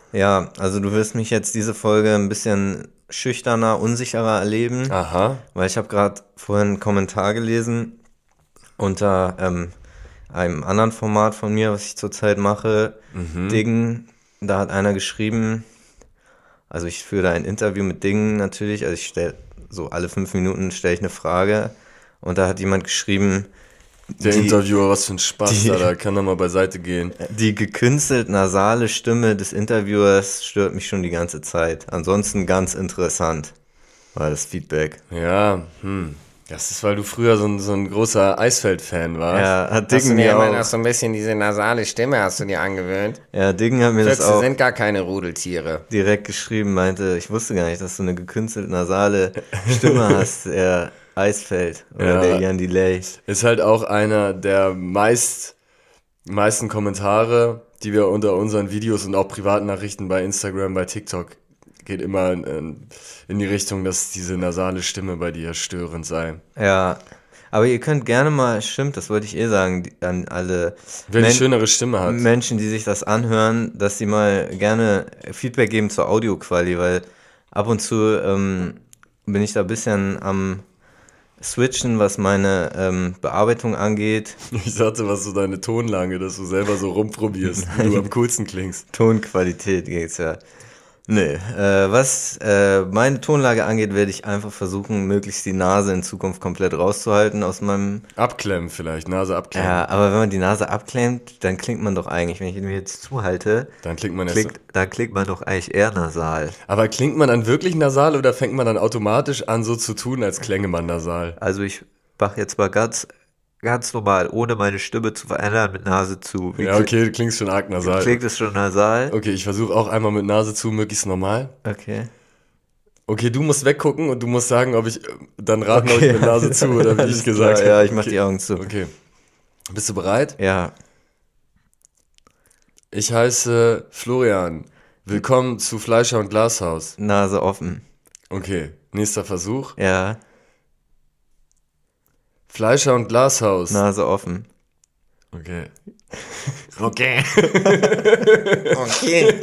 Ja, also du wirst mich jetzt diese Folge ein bisschen schüchterner, unsicherer erleben, Aha. weil ich habe gerade vorhin einen Kommentar gelesen unter einem anderen Format von mir, was ich zurzeit mache, Mhm. Diggen. Da hat einer geschrieben, also ich führe da ein Interview mit Dingen natürlich, also ich stelle so alle 5 Minuten stelle ich eine Frage und da hat jemand geschrieben, Der die, Interviewer, was für ein Spaß, die, da kann er mal beiseite gehen. die gekünstelt nasale Stimme des Interviewers stört mich schon die ganze Zeit. Ansonsten ganz interessant war das Feedback. Ja, das ist, weil du früher so ein großer Eisfeld-Fan warst. Ja, hat Hast du Diggen dir mir immer noch auch. so ein bisschen diese nasale Stimme hast du dir angewöhnt? Ja, Diggen hat mir das Füchse auch sind gar keine Rudeltiere. direkt geschrieben, meinte, ich wusste gar nicht, dass du eine gekünstelt nasale Stimme hast, der Eisfeld oder der Ja, Jan Delay. ist halt auch einer der meisten Kommentare, die wir unter unseren Videos und auch Privatnachrichten bei Instagram, bei TikTok, geht immer in die Richtung, dass diese nasale Stimme bei dir störend sei. Ja, aber ihr könnt gerne mal, stimmt, das wollte ich sagen, an alle Wer die schönere Stimme hat. Menschen, die sich das anhören, dass sie mal gerne Feedback geben zur Audioquali, weil ab und zu bin ich da ein bisschen am Switchen, was meine Bearbeitung angeht. Ich sagte, was so deine Tonlage, dass du selber so rumprobierst, wie du am coolsten klingst. Tonqualität geht's ja. Nee, was meine Tonlage angeht, werde ich einfach versuchen, möglichst die Nase in Zukunft komplett rauszuhalten aus meinem. Abklemmen vielleicht, Nase abklemmen. Ja, aber wenn man die Nase abklemmt, dann klingt man doch eigentlich, wenn ich ihn mir jetzt zuhalte, Dann klingt man erst. da klingt man doch eigentlich eher nasal. Aber klingt man dann wirklich nasal oder fängt man dann automatisch an, so zu tun, als klänge man nasal? Also ich mache jetzt mal ganz normal, ohne meine Stimme zu verändern, mit Nase zu. Ja, okay, du klingst schon arg nasal. Klingt es schon nasal? Okay, ich versuche auch einmal mit Nase zu, möglichst normal. Okay. Okay, du musst weggucken und du musst sagen, ob ich dann raten, ob ich Okay, mit Nase zu oder wie ich alles gesagt klar, habe. ja, ich mach Okay. die Augen zu. Okay. Bist du bereit? Ja, Ich heiße Florian. Willkommen zu Fleischer und Glashaus. Nase offen. Okay, nächster Versuch. Ja, Fleischer und Glashaus. Nase offen. Okay. Okay. Okay.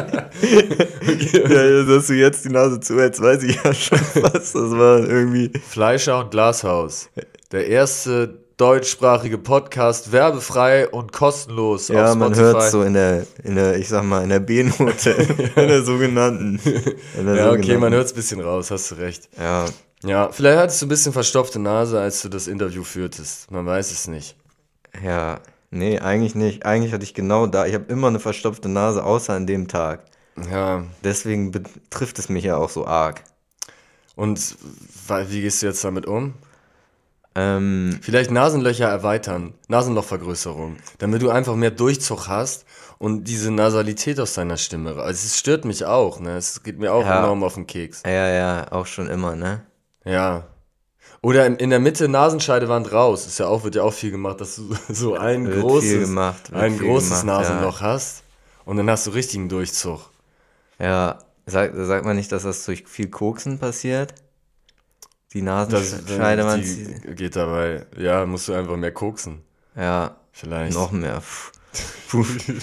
Ja, dass du jetzt die Nase zuhältst, weiß ich ja schon was. Das war irgendwie. Fleischer und Glashaus. Der erste deutschsprachige Podcast, werbefrei und kostenlos Ja, auf man Spotify. hört so ich sag mal, in der B-Note, in der sogenannten. In der Ja, okay, sogenannten. man hört es ein bisschen raus, hast du recht. Ja, Ja, vielleicht hattest du ein bisschen verstopfte Nase, als du das Interview führtest. Man weiß es nicht. ja. Nee, eigentlich nicht. Eigentlich hatte ich genau da. Ich habe immer eine verstopfte Nase, außer an dem Tag. Ja, Deswegen betrifft es mich ja auch so arg. und wie gehst du jetzt damit um? Ähm, Vielleicht Nasenlöcher erweitern, Nasenlochvergrößerung, damit du einfach mehr Durchzug hast und diese Nasalität aus deiner Stimme. Also es stört mich auch, ne? Es geht mir auch ja, enorm auf den Keks. ja, auch schon immer, ne? Ja. Oder in der Mitte Nasenscheidewand raus. Wird ja auch viel gemacht, dass du so ein Wird viel großes gemacht, Nasenloch hast und dann hast du richtigen Durchzug. ja. Sagt man nicht, dass das durch viel Koksen passiert? Die Das, Nasenscheidewand, die geht dabei, ja, musst du einfach mehr koksen. ja, Vielleicht. noch mehr. Puh.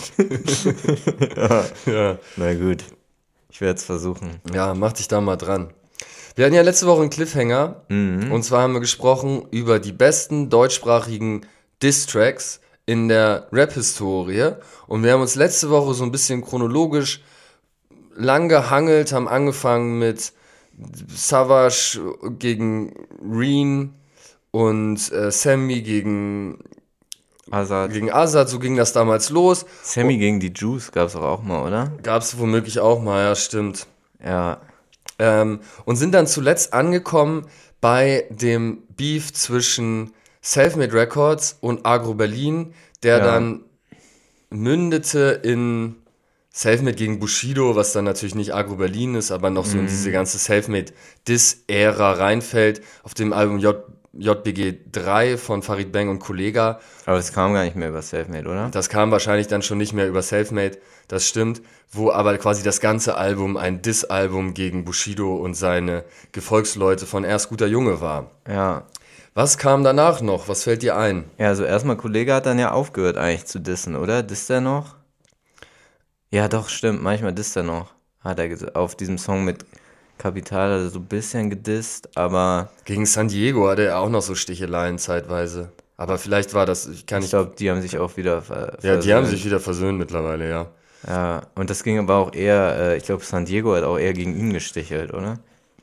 Ja, Ja. na gut. Ich werde es versuchen. Ja, mach dich da mal dran. Wir hatten ja letzte Woche einen Cliffhanger. Und zwar haben wir gesprochen über die besten deutschsprachigen Diss-Tracks in der Rap-Historie. Und wir haben uns letzte Woche so ein bisschen chronologisch lang gehangelt, haben angefangen mit Savage gegen Reen und Sammy Azad. gegen Azad. So ging das damals los. Sammy gegen die Juice gab es auch mal, oder? Gab es womöglich auch mal, ja, stimmt. Ja, Und sind dann zuletzt angekommen bei dem Beef zwischen Selfmade Records und Agro Berlin, der Ja. dann mündete in Selfmade gegen Bushido, was dann natürlich nicht Agro Berlin ist, aber noch so in diese ganze Selfmade-Diss-Ära reinfällt, auf dem Album JBG 3 von Farid Bang und Kollega. aber es kam gar nicht mehr über Selfmade, oder? Das kam wahrscheinlich dann schon nicht mehr über Selfmade, das stimmt, wo aber quasi das ganze Album ein Diss-Album gegen Bushido und seine Gefolgsleute von Erst guter Junge war. Ja. Was kam danach noch? Was fällt dir ein? Ja, also erstmal Kollege hat dann ja aufgehört eigentlich zu dissen, oder? Disst er noch? Ja, doch, stimmt. Manchmal disst er noch. Hat er auf diesem Song mit Capital also so ein bisschen gedisst, aber Gegen San Diego hatte er auch noch so Sticheleien zeitweise. Aber vielleicht war das, ich kann ich nicht. glaube, die haben sich auch wieder Ja, die haben sich versöhnt. wieder versöhnt mittlerweile, ja. Ja, und das ging aber auch eher, ich glaube, San Diego hat auch eher gegen ihn gestichelt, oder?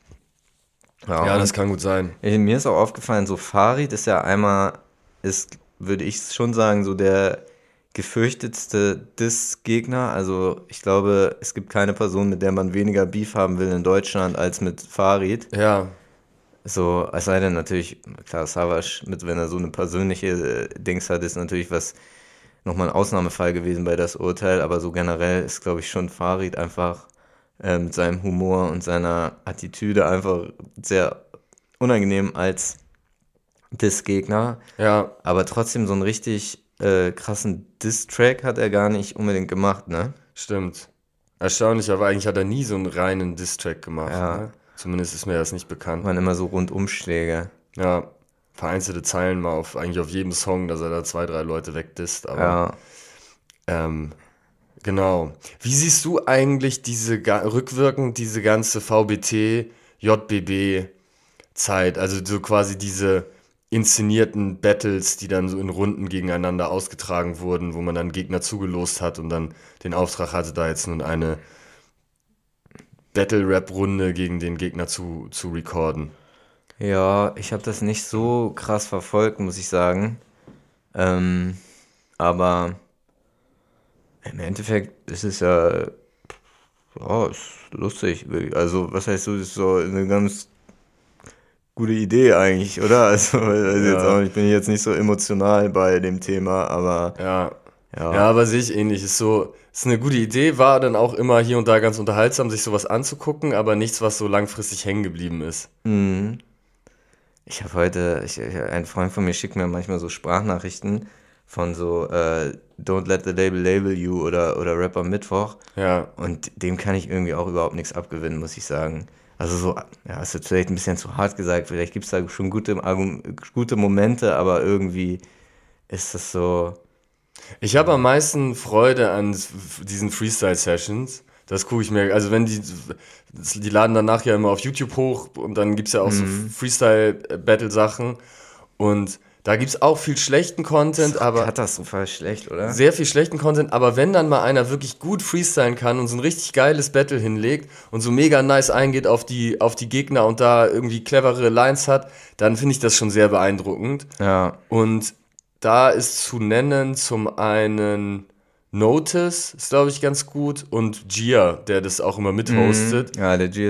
Ja, Ja, das und kann gut sein. mir ist auch aufgefallen, so Farid ist ja einmal, ist, würde ich schon sagen, so der gefürchtetste Diss-Gegner. Also ich glaube, es gibt keine Person, mit der man weniger Beef haben will in Deutschland als mit Farid. Ja, So, es sei denn natürlich, klar, Savage, mit, wenn er so eine persönliche Dings hat, ist natürlich was nochmal ein Ausnahmefall gewesen bei das Urteil, aber so generell ist, glaube ich, schon Farid einfach mit seinem Humor und seiner Attitüde einfach sehr unangenehm als Diss-Gegner. ja, Aber trotzdem so einen richtig krassen Diss-Track hat er gar nicht unbedingt gemacht, ne? stimmt. Erstaunlich, aber eigentlich hat er nie so einen reinen Diss-Track gemacht, Ja, ne? Zumindest ist mir das nicht bekannt. waren immer so Rundumschläge. Ja, vereinzelte Zeilen mal eigentlich auf jedem Song, dass er da 2, 3 Leute wegdisst, aber Ja, ähm, genau. Wie siehst du eigentlich rückwirkend diese ganze VBT, JBB-Zeit, also so quasi diese inszenierten Battles, die dann so in Runden gegeneinander ausgetragen wurden, wo man dann Gegner zugelost hat und dann den Auftrag hatte, da jetzt nun eine Battle-Rap-Runde gegen den Gegner zu recorden. ja, ich habe das nicht so krass verfolgt, muss ich sagen. Ähm, aber im Endeffekt ist es ja, ist lustig. Also, was heißt so, ist so eine ganz gute Idee eigentlich, oder? Also jetzt auch, Ja, ich bin jetzt nicht so emotional bei dem Thema, aber ja. Ja, ja. aber sehe ich ähnlich. Ist eine gute Idee, war dann auch immer hier und da ganz unterhaltsam, sich sowas anzugucken, aber nichts, was so langfristig hängen geblieben ist. Mhm. Ich habe heute, ein Freund von mir schickt mir manchmal so Sprachnachrichten von so Don't Let the Label Label You oder Rapper Mittwoch Ja, und dem kann ich irgendwie auch überhaupt nichts abgewinnen, muss ich sagen. Also so, ja, ist jetzt vielleicht ein bisschen zu hart gesagt, vielleicht gibt es da schon gute Momente, aber irgendwie ist das so, ich habe am meisten Freude an diesen Freestyle-Sessions. Das gucke ich mir, also wenn die laden danach ja immer auf YouTube hoch und dann gibt es ja auch so mhm. Freestyle-Battle-Sachen und da gibt es auch viel schlechten Ist Content, doch aber katastrophal schlecht, oder? sehr viel schlechten Content, aber wenn dann mal einer wirklich gut freestylen kann und so ein richtig geiles Battle hinlegt und so mega nice eingeht auf die Gegner und da irgendwie clevere Lines hat, dann finde ich das schon sehr beeindruckend. Ja. Und da ist zu nennen zum einen Notice, ist glaube ich ganz gut, und Gia, der das auch immer Mhm. mithostet. Ja, der G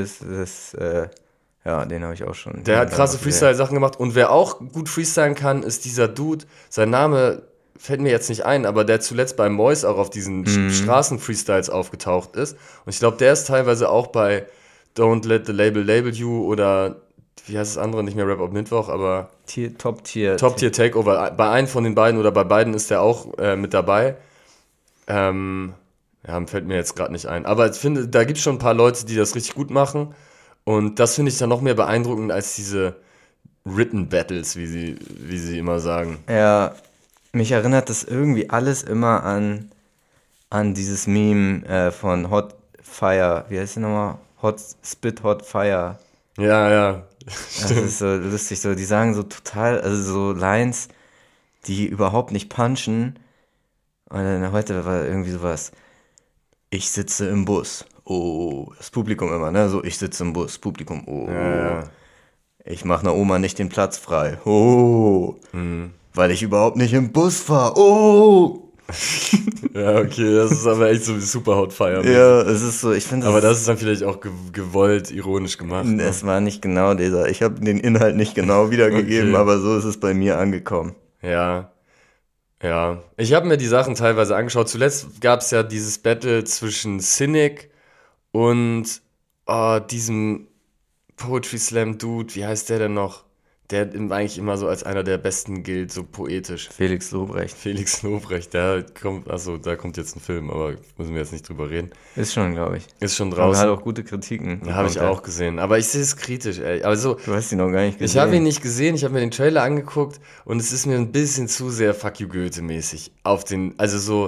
ja, den habe ich auch schon Der hier hat und da mal krasse gesehen. Freestyle-Sachen gemacht. Und wer auch gut freestylen kann, ist dieser Dude. Sein Name fällt mir jetzt nicht ein, aber der zuletzt bei Mois auch auf diesen Mhm. Straßen-Freestyles aufgetaucht ist. Und ich glaube, der ist teilweise auch bei Don't Let the Label Label You oder wie heißt das andere, nicht mehr Rap auf Mittwoch, aber Top-Tier. Top Tier Takeover. Bei einem von den beiden oder bei beiden ist der auch mit dabei. Ähm, ja, fällt mir jetzt gerade nicht ein. Aber ich finde, da gibt es schon ein paar Leute, die das richtig gut machen. Und das finde ich dann noch mehr beeindruckend als diese Written Battles, wie sie immer sagen. Ja, mich erinnert das irgendwie alles immer an dieses Meme von Hot Fire. Wie heißt die nochmal? Hot Fire. Ja, ja, Das ist stimmt. so lustig, so, die sagen so total, also so Lines, die überhaupt nicht punchen. Und dann heute war irgendwie sowas, ich sitze im Bus. Oh, das Publikum immer, ne? So, ich sitze im Bus, Publikum, Ja, oh. ja. Ich mache einer Oma nicht den Platz frei. Oh, Hm. weil ich überhaupt nicht im Bus fahre. Oh. Ja, okay, das ist aber echt so super Hot Fire-mäßig. Ja, es ist so, ich finde, Aber das ist dann vielleicht auch gewollt, ironisch gemacht, ne? es war nicht genau dieser. Ich habe den Inhalt nicht genau wiedergegeben, Okay. aber so ist es bei mir angekommen. Ja, ja. Ich habe mir die Sachen teilweise angeschaut. Zuletzt gab es ja dieses Battle zwischen Cynic und diesem Poetry Slam Dude, wie heißt der denn noch? Der eigentlich immer so als einer der besten gilt, so poetisch. Felix Lobrecht. Felix Lobrecht, da kommt jetzt ein Film, aber müssen wir jetzt nicht drüber reden. Ist schon, glaube ich. Ist schon Aber hat draußen. auch gute Kritiken Habe bekommt ich er. auch gesehen. Aber ich sehe es kritisch, ey. Also, Du hast ihn noch gar nicht ich habe ihn gesehen. nicht gesehen, ich habe mir den Trailer angeguckt und es ist mir ein bisschen zu sehr Fuck you Goethe-mäßig. Also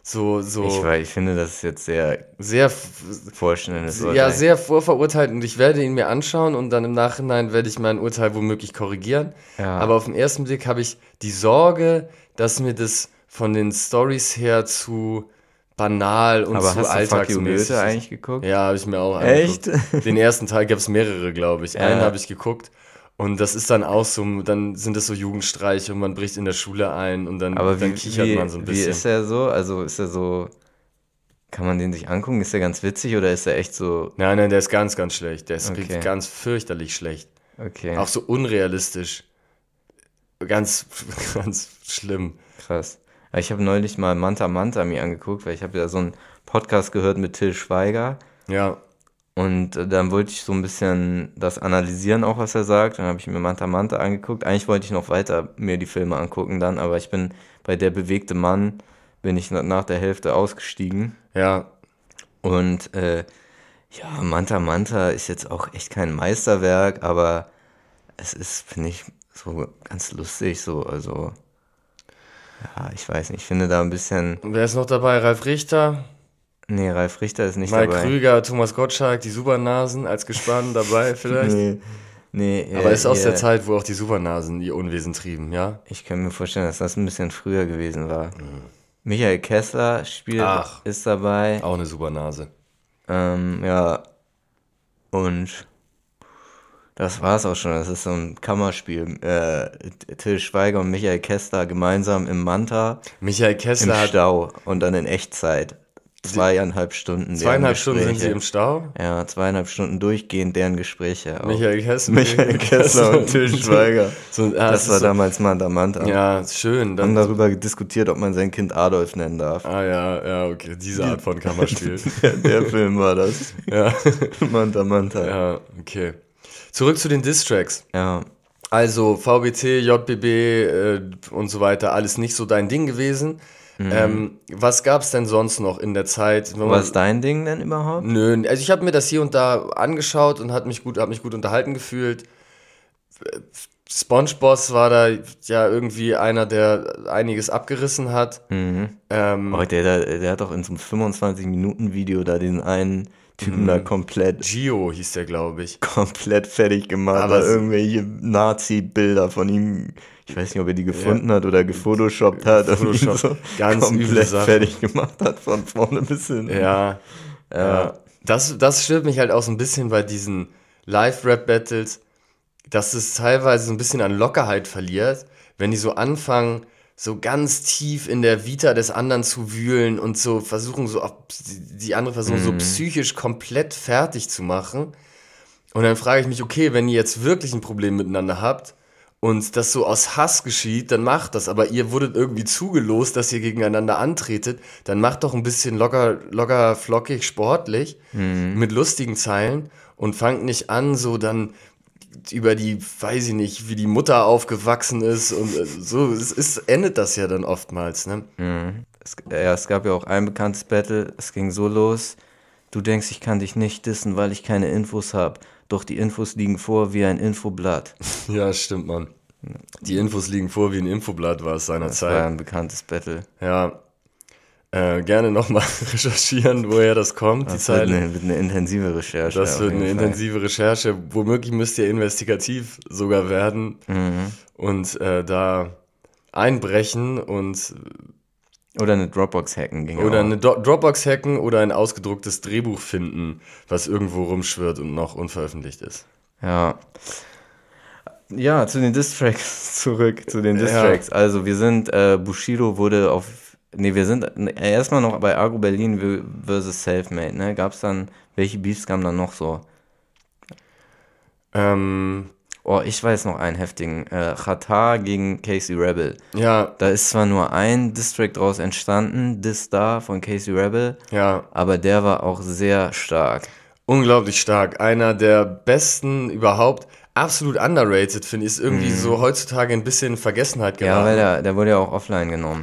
Ich finde, das ist jetzt sehr vorstellendes Urteil. Ja, sehr vorverurteilt und ich werde ihn mir anschauen und dann im Nachhinein werde ich mein Urteil womöglich korrigieren. Ja. Aber auf den ersten Blick habe ich die Sorge, dass mir das von den Storys her zu banal und Aber zu hast du Fuck You alltagsmäßig Goethe eigentlich geguckt? Ja, habe ich mir auch Echt? angeguckt. Den ersten Teil gab es mehrere, glaube ich. Einen habe ich geguckt. Und das ist dann auch so, dann sind es so Jugendstreiche und man bricht in der Schule ein und dann kichert man so ein bisschen. Wie ist er so? Also ist er so, kann man den sich angucken? Ist er ganz witzig oder ist er echt so? Nein, der ist ganz, ganz schlecht. Der ist ganz fürchterlich schlecht. Okay. Auch so unrealistisch. Ganz, ganz schlimm. Krass. Ich habe neulich mal Manta Manta mir angeguckt, weil ich habe ja so einen Podcast gehört mit Till Schweiger. Ja. Und dann wollte ich so ein bisschen das analysieren, auch was er sagt. Dann habe ich mir Manta Manta angeguckt. Eigentlich wollte ich noch weiter mir die Filme angucken dann, aber ich bin bei Der bewegte Mann, bin ich nach der Hälfte ausgestiegen. Ja. Und ja, Manta Manta ist jetzt auch echt kein Meisterwerk, aber es ist, finde ich, so ganz lustig, so, also, ja, ich weiß nicht, ich finde da ein bisschen, Wer ist noch dabei? Ralf Richter, nee, Ralf Richter ist nicht Mike dabei. Krüger, Thomas Gottschalk, die Supernasen als Gespann dabei vielleicht. Nee, Aber ist aus der Zeit, wo auch die Supernasen ihr Unwesen trieben, ja? ich kann mir vorstellen, dass das ein bisschen früher gewesen war. Michael Kessler ist dabei, Auch eine Supernase. ja, und das war's auch schon. Das ist so ein Kammerspiel. Till Schweiger und Michael Kessler gemeinsam im Manta Michael im Kessler hat Stau und dann in Echtzeit. 2,5 Stunden. 2,5 Stunden sind sie im Stau. Ja, 2,5 Stunden durchgehend deren Gespräche. Auch. Michael Kessler und Till Schweiger. Das war so, damals Manta Manta. ja, schön. Haben Dann, darüber diskutiert, ob man sein Kind Adolf nennen darf. ja, okay, diese Art von Kammerspiel. Der Film war das. Ja, Manta Manta. ja, okay. Zurück zu den Diss-Tracks. Ja. Also VBT, JBB und so weiter, alles nicht so dein Ding gewesen. Was gab's denn sonst noch in der Zeit? Was ist dein Ding denn überhaupt? Nö, also ich habe mir das hier und da angeschaut und hab mich gut unterhalten gefühlt. SpongeBob war da ja irgendwie einer, der einiges abgerissen hat. Oh, der hat doch in so einem 25-Minuten-Video da den einen Typen da komplett Gio hieß der, glaube ich. fertig gemacht. Aber da irgendwelche Nazi-Bilder von ihm. Ich weiß nicht, ob er die gefunden hat oder gefotoshoppt hat. Und ihn so ganz üble komplett Sache. fertig gemacht hat von vorne bis hinten. Ja. Das stört mich halt auch so ein bisschen bei diesen Live-Rap-Battles, dass es teilweise so ein bisschen an Lockerheit verliert, wenn die so anfangen, so ganz tief in der Vita des anderen zu wühlen und so versuchen, die andere Person so psychisch komplett fertig zu machen. Und dann frage ich mich, okay, wenn ihr jetzt wirklich ein Problem miteinander habt und das so aus Hass geschieht, dann macht das. Aber ihr wurdet irgendwie zugelost, dass ihr gegeneinander antretet, dann macht doch ein bisschen locker, flockig, sportlich, mit lustigen Zeilen und fangt nicht an, so dann über die, weiß ich nicht, wie die Mutter aufgewachsen ist und so, endet das ja dann oftmals, ne? Es gab ja auch ein bekanntes Battle, es ging so los: Du denkst, ich kann dich nicht dissen, weil ich keine Infos habe, doch die Infos liegen vor wie ein Infoblatt. Ja, stimmt, Mann. Die Infos liegen vor wie ein Infoblatt, war es Das war seinerzeit. ein bekanntes Battle. Ja, gerne nochmal recherchieren, woher das kommt, die Das wird Zeile. eine intensive Recherche. Das auf wird jeden eine Fall. intensive Recherche. Womöglich müsst ihr investigativ sogar werden und da einbrechen und Oder eine Dropbox hacken ging oder auch. eine Dropbox hacken oder ein ausgedrucktes Drehbuch finden, was irgendwo rumschwirrt und noch unveröffentlicht ist. Ja. Ja, zu den Diss-Tracks zurück, zu den Diss-Tracks. Also wir sind, Bushido wurde wir sind erstmal noch bei Argo Berlin versus Selfmade, ne? Gab's dann, welche Beefs kamen dann noch so? Oh, ich weiß noch einen heftigen, Xatar gegen Casey Rebel. Ja, Da ist zwar nur ein Diss-Track draus entstanden, Diss-Star von Casey Rebel, ja, aber der war auch sehr stark. unglaublich stark. Einer der besten überhaupt. Absolut underrated, finde ich. Ist irgendwie so heutzutage ein bisschen in Vergessenheit Ja, weil geraten. der wurde ja auch offline genommen.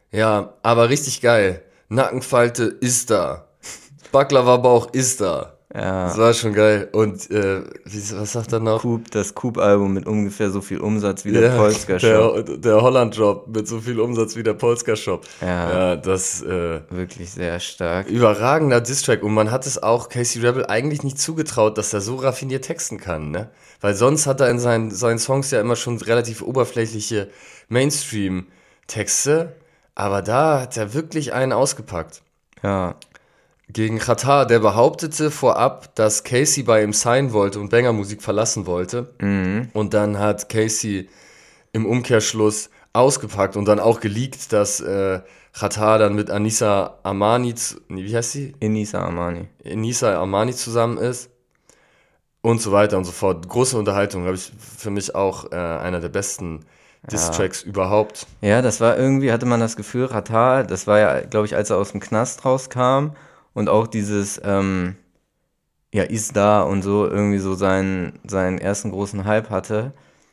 Ja, aber richtig geil. Nackenfalte ist da. Baklava-Bauch ist da. Ja. Das war schon geil. Und was sagt er noch? Das Coop-Album mit ungefähr so viel Umsatz wie der Polska-Shop. Der Holland-Job mit so viel Umsatz wie der Polska-Shop. Ja, das wirklich sehr stark. Überragender Distrack. Und man hat es auch Casey Rebel eigentlich nicht zugetraut, dass er so raffiniert texten kann, ne? Weil sonst hat er in seinen Songs ja immer schon relativ oberflächliche Mainstream-Texte. Aber da hat er wirklich einen ausgepackt. Ja. Gegen Xatar, der behauptete vorab, dass Casey bei ihm sein wollte und Banger-Musik verlassen wollte. Mhm. Und dann hat Casey im Umkehrschluss ausgepackt und dann auch geleakt, dass Xatar dann mit Anissa Armani, wie heißt sie? Enisa Armani zusammen ist. Und so weiter und so fort. Große Unterhaltung, glaube ich, für mich auch einer der besten Diss-Tracks überhaupt. Ja, das war irgendwie, hatte man das Gefühl, Xatar, das war ja, glaube ich, als er aus dem Knast rauskam und auch dieses, Ist da und so irgendwie so seinen ersten großen Hype hatte,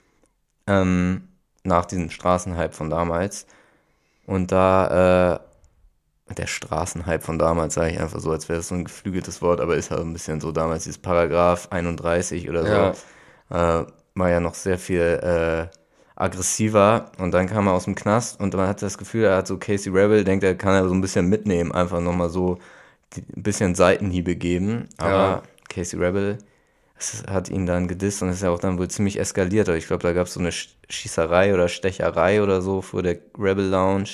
nach diesem Straßenhype von damals. Und da, der Straßenhype von damals, sage ich einfach so, als wäre das so ein geflügeltes Wort, aber ist halt ein bisschen so damals, dieses Paragraph 31 oder so, war ja noch sehr viel aggressiver und dann kam er aus dem Knast und man hat das Gefühl, er hat so Casey Rebel, denkt, er kann er so ein bisschen mitnehmen, einfach nochmal so ein bisschen Seitenhiebe geben, aber Casey Rebel hat ihn dann gedisst und ist ja auch dann wohl ziemlich eskaliert. Ich glaube, da gab es so eine Schießerei oder Stecherei oder so vor der Rebel Lounge.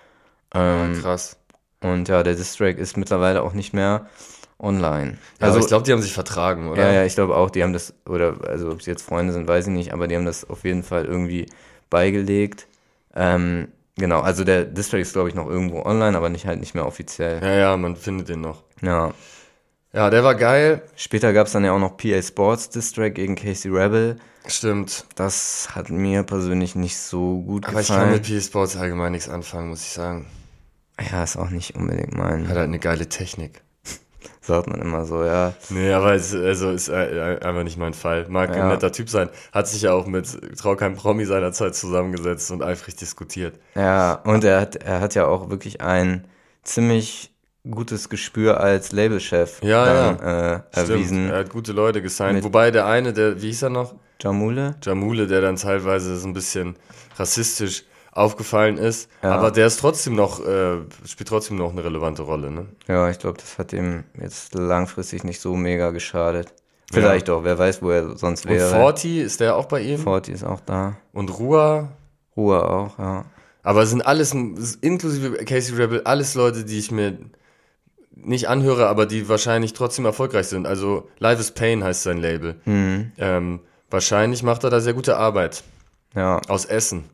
Krass. Und ja, der Diss-Track ist mittlerweile auch nicht mehr online. Ja, also ich glaube, die haben sich vertragen, oder? Ja, ich glaube auch, die haben das, oder also ob sie jetzt Freunde sind, weiß ich nicht, aber die haben das auf jeden Fall irgendwie beigelegt. Genau, also der Diss-Track ist, glaube ich, noch irgendwo online, aber nicht mehr offiziell. Ja, man findet den noch. Ja. Ja, der war geil. Später gab es dann ja auch noch PA Sports Diss-Track gegen Casey Rebel. Stimmt. Das hat mir persönlich nicht so gut aber gefallen. Aber ich kann mit PA Sports allgemein nichts anfangen, muss ich sagen. Ja, ist auch nicht unbedingt mein. Hat halt eine geile Technik. Sagt man immer so, ja. Nee, aber ist einfach nicht mein Fall. Mag ein netter Typ sein. Hat sich ja auch mit Trau kein Promi seinerzeit zusammengesetzt und eifrig diskutiert. Ja, und er hat ja auch wirklich ein ziemlich gutes Gespür als Labelchef erwiesen. Er hat gute Leute gesigned. Wobei der eine, wie hieß er noch? Jamule, der dann teilweise so ein bisschen rassistisch aufgefallen ist, aber der ist trotzdem noch, spielt trotzdem noch eine relevante Rolle, ne? Ja, ich glaube, das hat ihm jetzt langfristig nicht so mega geschadet. Vielleicht auch, wer weiß, wo er sonst wäre. Und Forti, ist der auch bei ihm? Forti ist auch da. Und Ruhr auch, ja. Aber es sind alles, inklusive Casey Rebel, alles Leute, die ich mir nicht anhöre, aber die wahrscheinlich trotzdem erfolgreich sind. Also Life is Pain heißt sein Label. Wahrscheinlich macht er da sehr gute Arbeit. Ja. Aus Essen.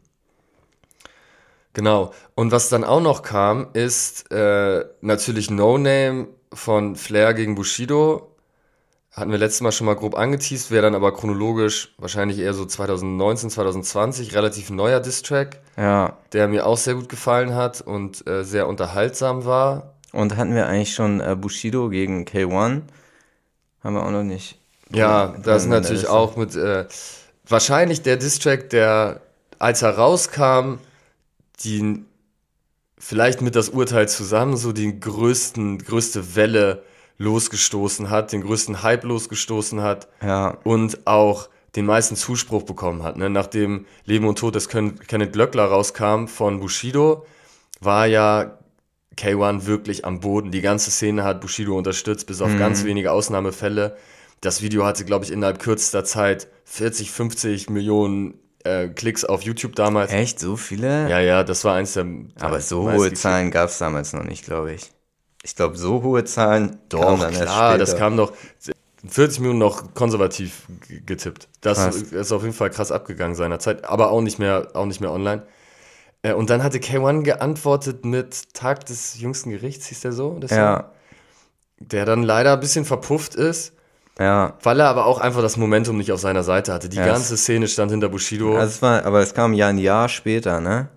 Genau. Und was dann auch noch kam, ist natürlich No Name von Flair gegen Bushido. Hatten wir letztes Mal schon mal grob angeteased, wäre dann aber chronologisch wahrscheinlich eher so 2019, 2020, relativ neuer Diss-Track, der mir auch sehr gut gefallen hat und sehr unterhaltsam war. Und hatten wir eigentlich schon Bushido gegen K1? Haben wir auch noch nicht. Ja, das ist natürlich auch mit wahrscheinlich der Diss-Track, der, als er rauskam, die vielleicht mit das Urteil zusammen so die größte Welle losgestoßen hat, den größten Hype losgestoßen hat und auch den meisten Zuspruch bekommen hat. Ne? Nachdem Leben und Tod des Kenneth Glöckler rauskam von Bushido, war ja K1 wirklich am Boden. Die ganze Szene hat Bushido unterstützt, bis auf ganz wenige Ausnahmefälle. Das Video hatte, glaube ich, innerhalb kürzester Zeit 40, 50 Millionen Klicks auf YouTube damals. Echt? So viele? Ja, das war eins der... Aber so hohe Zahlen gab es damals noch nicht, glaube ich. Ich glaube, so hohe Zahlen doch, dann klar, das kam noch 40 Millionen noch konservativ getippt. Das ist auf jeden Fall krass abgegangen seinerzeit, aber auch nicht mehr online. Und dann hatte K1 geantwortet mit Tag des jüngsten Gerichts, hieß der so? Der dann leider ein bisschen verpufft ist. Ja. Weil er aber auch einfach das Momentum nicht auf seiner Seite hatte. Die ganze Szene stand hinter Bushido. Also es kam ja ein Jahr später, ne?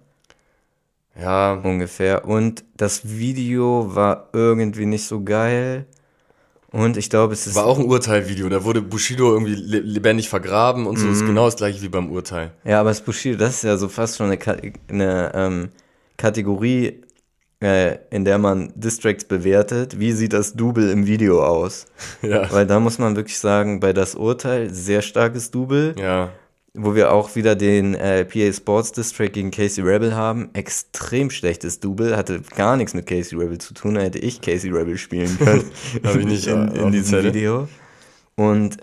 Ja. Ungefähr. Und das Video war irgendwie nicht so geil. Und ich glaube, es ist... War auch ein Urteilvideo. Da wurde Bushido irgendwie lebendig vergraben und so. Das ist genau das gleiche wie beim Urteil. Ja, aber das Bushido, das ist ja so fast schon eine Kategorie in der man Distracks bewertet, wie sieht das Double im Video aus? Ja. Weil da muss man wirklich sagen, bei Das Urteil, sehr starkes Double, Ja. wo wir auch wieder den PA Sports Distrack gegen Casey Rebel haben. Extrem schlechtes Double, hatte gar nichts mit Casey Rebel zu tun, da hätte ich Casey Rebel spielen können. Hab ich nicht in diesem Video. Und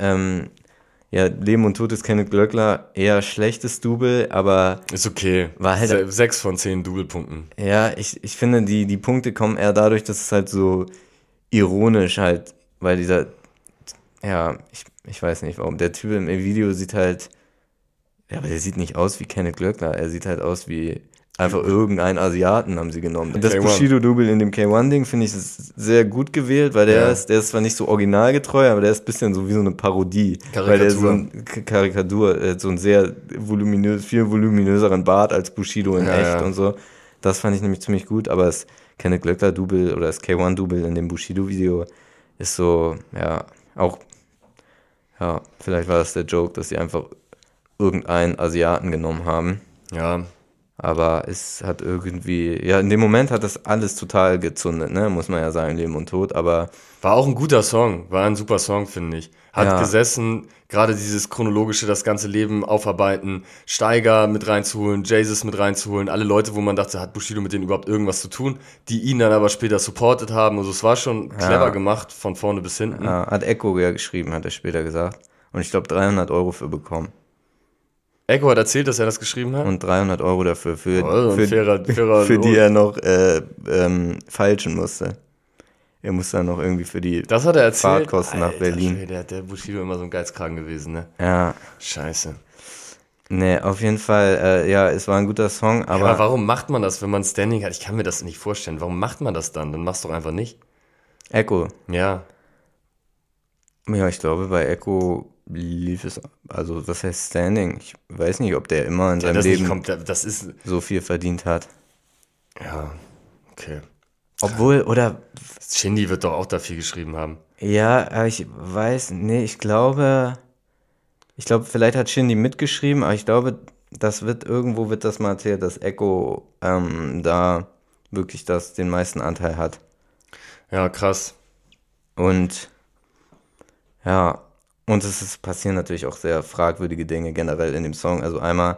ja, Leben und Tod ist Kenneth Glöckler, eher schlechtes Double, aber Ist okay. war halt 6 von 10 Double-Punkten. ja, ich finde, die Punkte kommen eher dadurch, dass es halt so ironisch halt, weil dieser, ja, ich weiß nicht warum, der Typ im Video sieht halt, ja, aber der sieht nicht aus wie Kenneth Glöckler, er sieht halt aus wie einfach irgendeinen Asiaten haben sie genommen. Und das K1. Bushido-Double in dem K1-Ding finde ich ist sehr gut gewählt, weil der Ja. ist zwar nicht so originalgetreu, aber der ist ein bisschen so wie so eine Parodie. Weil der so ein Karikatur, so ein sehr viel voluminöseren Bart als Bushido in Ja, echt ja. und so. Das fand ich nämlich ziemlich gut, aber das Kenneth Glöckler-Double oder das K1-Double in dem Bushido-Video ist so, ja, auch, ja, vielleicht war das der Joke, dass sie einfach irgendeinen Asiaten genommen haben. Ja. Aber es hat irgendwie, ja, in dem Moment hat das alles total gezündet, ne, muss man ja sagen, Leben und Tod, aber War auch ein guter Song, war ein super Song, finde ich. Hat Ja. gesessen, gerade dieses chronologische, das ganze Leben aufarbeiten, Steiger mit reinzuholen, Jesus mit reinzuholen, alle Leute, wo man dachte, hat Bushido mit denen überhaupt irgendwas zu tun, die ihn dann aber später supportet haben. Also es war schon clever gemacht, von vorne bis hinten. ja, hat Echo ja geschrieben, hat er später gesagt. Und ich glaube 300 Euro für bekommen. Echo hat erzählt, dass er das geschrieben hat. Und 300 Euro dafür, für ein fairer die Lohn. er noch feilschen musste. Er musste dann noch irgendwie für die Das hat er erzählt. Fahrtkosten nach Berlin. Schwede, der Bushido immer so ein Geizkragen gewesen, ne? Ja, Scheiße. nee, auf jeden Fall, ja, es war ein guter Song, Aber aber warum macht man das, wenn man Standing hat? Ich kann mir das nicht vorstellen. Warum macht man das dann? Dann machst du doch einfach nicht. Echo, Ja. ja, ich glaube, bei Echo lief es, also das heißt Standing. Ich weiß nicht, ob der immer in seinem Das Leben nicht kommt, das ist. so viel verdient hat. Ja, okay. Obwohl, oder, Shindy wird doch auch da viel geschrieben haben. ja, aber ich weiß, nee, ich glaube, vielleicht hat Shindy mitgeschrieben, aber ich glaube, irgendwo wird das mal erzählt, dass Echo da wirklich den meisten Anteil hat. Ja, krass. Und ja, und passieren natürlich auch sehr fragwürdige Dinge generell in dem Song. Also einmal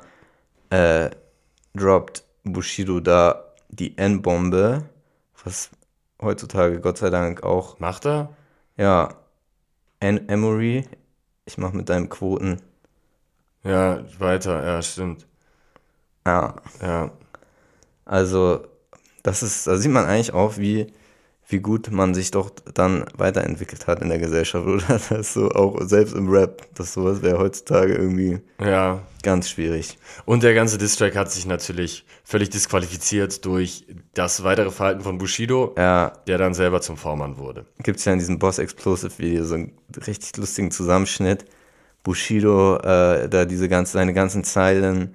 droppt Bushido da die N-Bombe, was heutzutage Gott sei Dank auch, Macht er? ja, Emory, ich mach mit deinen Quoten, Ja, weiter. Ja, stimmt. ja, Ja. also da sieht man eigentlich auch, wie gut man sich doch dann weiterentwickelt hat in der Gesellschaft, oder? Das so auch selbst im Rap, sowas wäre heutzutage irgendwie Ja. ganz schwierig. Und der ganze Distrack hat sich natürlich völlig disqualifiziert durch das weitere Verhalten von Bushido, Ja, der dann selber zum V-Mann wurde. gibt es ja in diesem Boss Explosive Video so einen richtig lustigen Zusammenschnitt. Bushido, da seine ganzen Zeilen,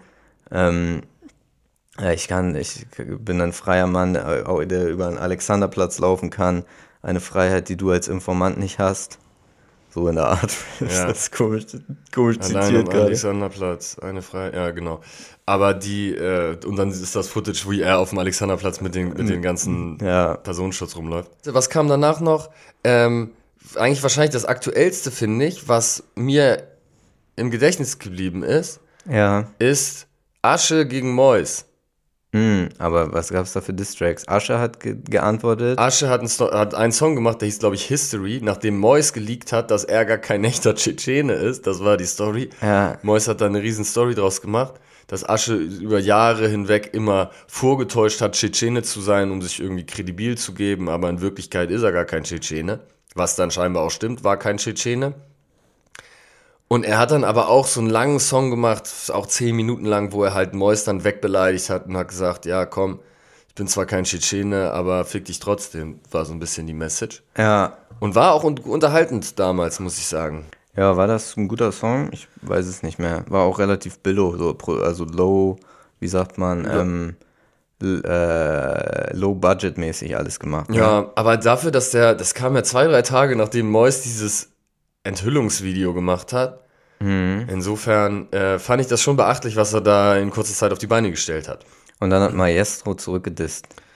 ja, ich bin ein freier Mann, der über den Alexanderplatz laufen kann. Eine Freiheit, die du als Informant nicht hast. So in der Art. Ja. Das ist komisch Allein zitiert am gerade. Alexanderplatz, eine Freiheit, ja genau. Aber und dann ist das Footage, wie er auf dem Alexanderplatz mit den ganzen Ja, Personenschutz rumläuft. Was kam danach noch? Eigentlich wahrscheinlich das Aktuellste, finde ich, was mir im Gedächtnis geblieben ist Asche gegen Mois. Aber was gab's da für Distracks? Asche hat geantwortet. Asche hat einen Song gemacht, der hieß, glaube ich, History, nachdem Mois geleakt hat, dass er gar kein echter Tschetschene ist. Das war die Story. Ja. Mois hat da eine riesen Story draus gemacht, dass Asche über Jahre hinweg immer vorgetäuscht hat, Tschetschene zu sein, um sich irgendwie kredibil zu geben, aber in Wirklichkeit ist er gar kein Tschetschene. Was dann scheinbar auch stimmt, war kein Tschetschene. Und er hat dann aber auch so einen langen Song gemacht, auch 10 Minuten lang, wo er halt Mois dann wegbeleidigt hat und hat gesagt, ja komm, ich bin zwar kein Tschetschene, aber fick dich trotzdem, war so ein bisschen die Message. Ja. Und war auch unterhaltend damals, muss ich sagen. Ja, war das ein guter Song? Ich weiß es nicht mehr. War auch relativ billow, also low, wie sagt man, low-budget-mäßig alles gemacht. Ne? Ja, aber dafür, das kam ja 2-3 Tage, nachdem Mois dieses Enthüllungsvideo gemacht hat. Insofern fand ich das schon beachtlich, was er da in kurzer Zeit auf die Beine gestellt hat. Und dann hat Maestro zurückgedisst.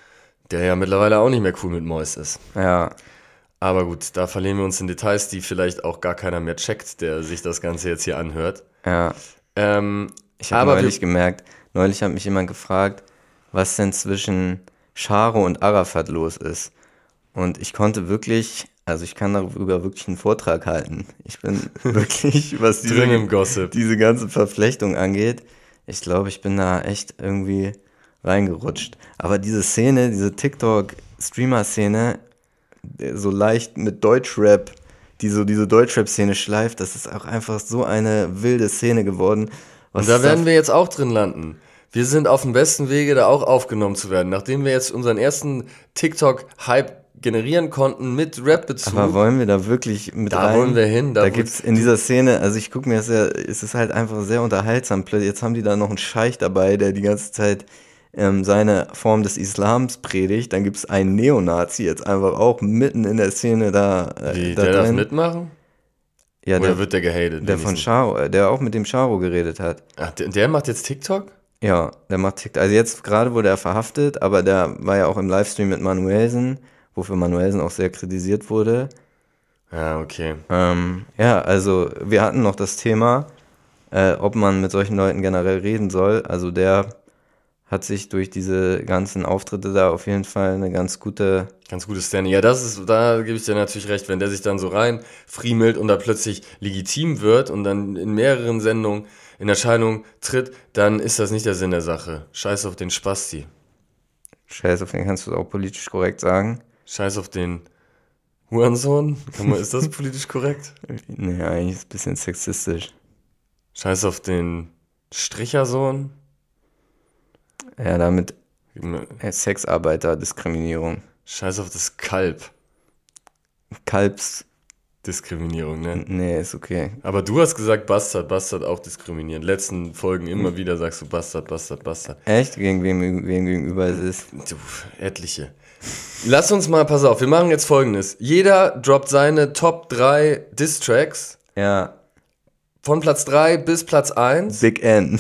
Der ja mittlerweile auch nicht mehr cool mit Mois ist. Ja. Aber gut, da verlieren wir uns in Details, die vielleicht auch gar keiner mehr checkt, der sich das Ganze jetzt hier anhört. Ja. Ich habe neulich gemerkt, neulich hat mich jemand gefragt, was denn zwischen Charo und Arafat los ist. Und ich konnte wirklich, also ich kann darüber wirklich einen Vortrag halten. Ich bin wirklich, was drin im Gossip. Diese ganze Verflechtung angeht, ich glaube, ich bin da echt irgendwie reingerutscht. Aber diese Szene, diese TikTok-Streamer-Szene, so leicht mit Deutschrap, diese Deutschrap-Szene schleift, das ist auch einfach so eine wilde Szene geworden. Und da werden wir jetzt auch drin landen. Wir sind auf dem besten Wege, da auch aufgenommen zu werden. Nachdem wir jetzt unseren ersten TikTok-Hype generieren konnten mit Rap-Bezug. Aber wollen wir da wirklich mit rein? Da wollen wir hin. Da gibt's in dieser Szene, also ich gucke mir das ja, es ist halt einfach sehr unterhaltsam. Jetzt haben die da noch einen Scheich dabei, der die ganze Zeit seine Form des Islams predigt. Dann gibt's einen Neonazi jetzt einfach auch mitten in der Szene da. Der darf mitmachen? Ja, oder wird der gehatet? Der von Charo, der auch mit dem Charo geredet hat. Ach, der macht jetzt TikTok? Ja, der macht TikTok. Also jetzt gerade wurde er verhaftet, aber der war ja auch im Livestream mit Manuelsen, wofür Manuelsen auch sehr kritisiert wurde. Ja, okay. Ja, also wir hatten noch das Thema, ob man mit solchen Leuten generell reden soll. Also der hat sich durch diese ganzen Auftritte da auf jeden Fall eine ganz gute Standing. Ja, da gebe ich dir natürlich recht, wenn der sich dann so rein friemelt und da plötzlich legitim wird und dann in mehreren Sendungen in Erscheinung tritt, dann ist das nicht der Sinn der Sache. Scheiß auf den Spasti. Scheiß auf den, kannst du auch politisch korrekt sagen? Scheiß auf den Hurensohn? Ist das politisch korrekt? Nee, eigentlich ist es ein bisschen sexistisch. Scheiß auf den Strichersohn? Ja, damit Sexarbeiterdiskriminierung. Scheiß auf das Kalb. Diskriminierung, ne? Nee, ist okay. Aber du hast gesagt Bastard auch diskriminieren. Letzten Folgen immer wieder sagst du Bastard. Echt? Gegen wem gegenüber es ist? Du, etliche. Lass uns mal, pass auf, wir machen jetzt Folgendes. Jeder droppt seine Top 3 Diss-Tracks. Ja. Von Platz 3 bis Platz 1. Big N.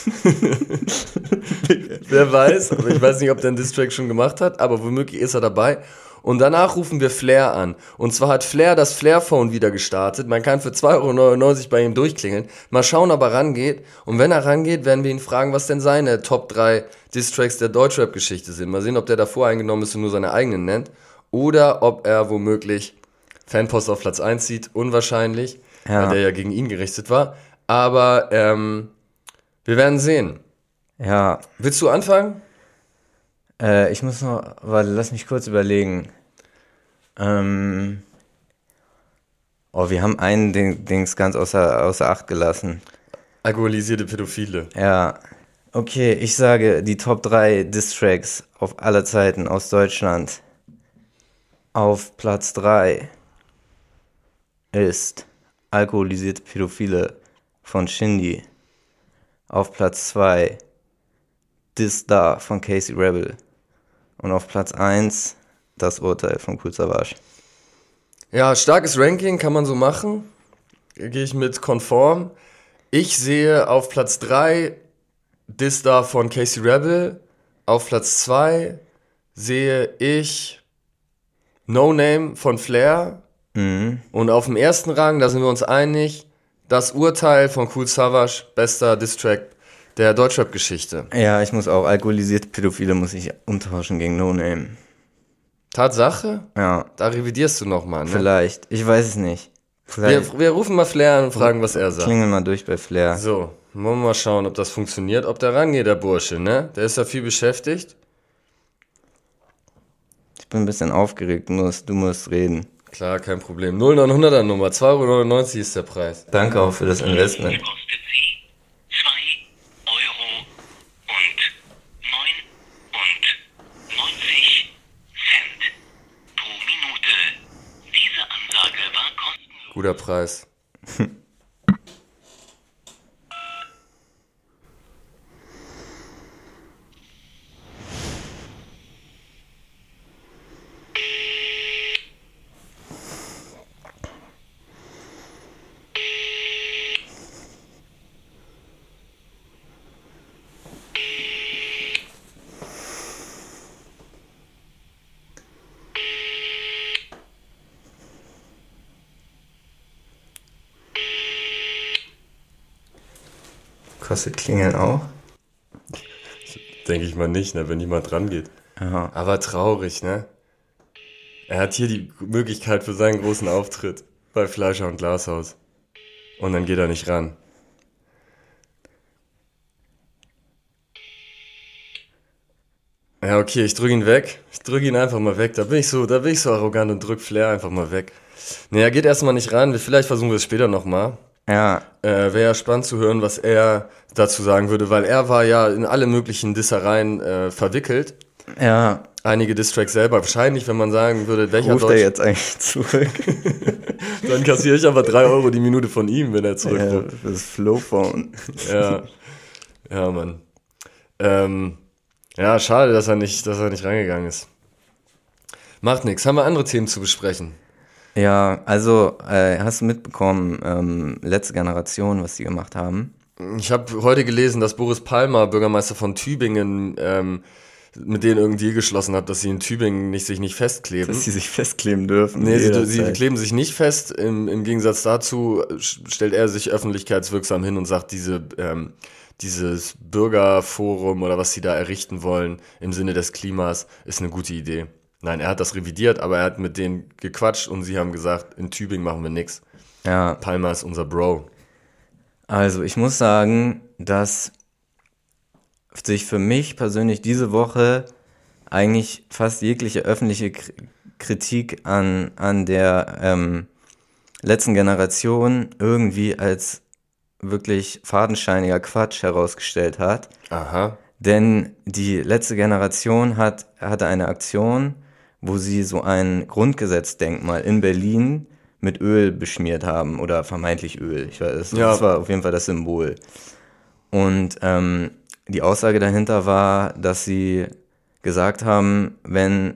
Wer weiß, aber ich weiß nicht, ob der einen Diss-Track schon gemacht hat, aber womöglich ist er dabei. Und danach rufen wir Flair an. Und zwar hat Flair das Flair-Phone wieder gestartet. Man kann für 2,99 € bei ihm durchklingeln. Mal schauen, ob er rangeht. Und wenn er rangeht, werden wir ihn fragen, was denn seine Top 3 Diss-Tracks der Deutschrap-Geschichte sind. Mal sehen, ob der davor eingenommen ist und nur seine eigenen nennt. Oder ob er womöglich Fanpost auf Platz 1 sieht. Unwahrscheinlich, weil der ja gegen ihn gerichtet war. Aber wir werden sehen. Ja. Willst du anfangen? Ich muss noch, warte, lass mich kurz überlegen. Wir haben einen Dings ganz außer Acht gelassen. Alkoholisierte Pädophile. Ja. Okay, ich sage die Top 3 Diss-Tracks auf aller Zeiten aus Deutschland. Auf Platz 3 ist Alkoholisierte Pädophile von Shindy. Auf Platz 2 Diss Da von Casey Rebel. Und auf Platz 1 Das Urteil von Kool Savas. Ja, starkes Ranking, kann man so machen. Gehe ich mit konform. Ich sehe auf Platz 3 Diss Da von Casey Rebel. Auf Platz 2 sehe ich No Name von Flair. Mhm. Und auf dem ersten Rang, da sind wir uns einig, Das Urteil von Kool Savas, bester Diss-Track der Deutschrap-Geschichte. Ja, ich muss auch Alkoholisierte Pädophile muss ich umtauschen gegen No Name. Tatsache? Ja. Da revidierst du nochmal, ne? Vielleicht. Ich weiß es nicht. Wir rufen mal Flair an und fragen, was er sagt. Klingeln mal durch bei Flair. So, wollen wir mal schauen, ob das funktioniert, ob der rangeht, der Bursche, ne? Der ist ja viel beschäftigt. Ich bin ein bisschen aufgeregt, du musst reden. Klar, kein Problem. 0900er Nummer, 2,99 € ist der Preis. Danke auch für das Investment. Kostet sie 2,99 € pro Minute. Diese Ansage war kostenlos. Guter Preis. Kostet Klingeln auch? Denke ich mal nicht, ne, wenn niemand dran geht. Ja. Aber traurig, ne? Er hat hier die Möglichkeit für seinen großen Auftritt bei Fleischer und Glashaus. Und dann geht er nicht ran. Ja, okay, ich drücke ihn weg. Ich drücke ihn einfach mal weg. Da bin ich so arrogant und drück Flair einfach mal weg. Ne, er geht erstmal nicht ran. Vielleicht versuchen wir es später nochmal. Ja. Wäre ja spannend zu hören, was er dazu sagen würde, weil er war ja in alle möglichen Dissereien verwickelt. Ja. Einige Distracks selber. Wahrscheinlich, wenn man sagen würde, welcher Ruft er jetzt eigentlich zurück? Dann kassiere ich aber 3 Euro die Minute von ihm, wenn er zurückruft. Ja, das Flowphone. Ja. Ja, Mann. Ja, schade, dass er nicht reingegangen ist. Macht nichts. Haben wir andere Themen zu besprechen? Ja, also hast du mitbekommen, letzte Generation, was die gemacht haben? Ich habe heute gelesen, dass Boris Palmer, Bürgermeister von Tübingen, mit denen irgendwie geschlossen hat, dass sie in Tübingen sich nicht festkleben. Dass sie sich festkleben dürfen. Nee, sie kleben sich nicht fest. Im Gegensatz dazu stellt er sich öffentlichkeitswirksam hin und sagt, dieses Bürgerforum oder was sie da errichten wollen im Sinne des Klimas ist eine gute Idee. Nein, er hat das revidiert, aber er hat mit denen gequatscht und sie haben gesagt, in Tübingen machen wir nichts. Ja. Palmer ist unser Bro. Also ich muss sagen, dass sich für mich persönlich diese Woche eigentlich fast jegliche öffentliche Kritik an der letzten Generation irgendwie als wirklich fadenscheiniger Quatsch herausgestellt hat. Aha. Denn die letzte Generation hatte eine Aktion, wo sie so ein Grundgesetzdenkmal in Berlin mit Öl beschmiert haben oder vermeintlich Öl. Ich weiß, das war auf jeden Fall das Symbol. Und die Aussage dahinter war, dass sie gesagt haben, wenn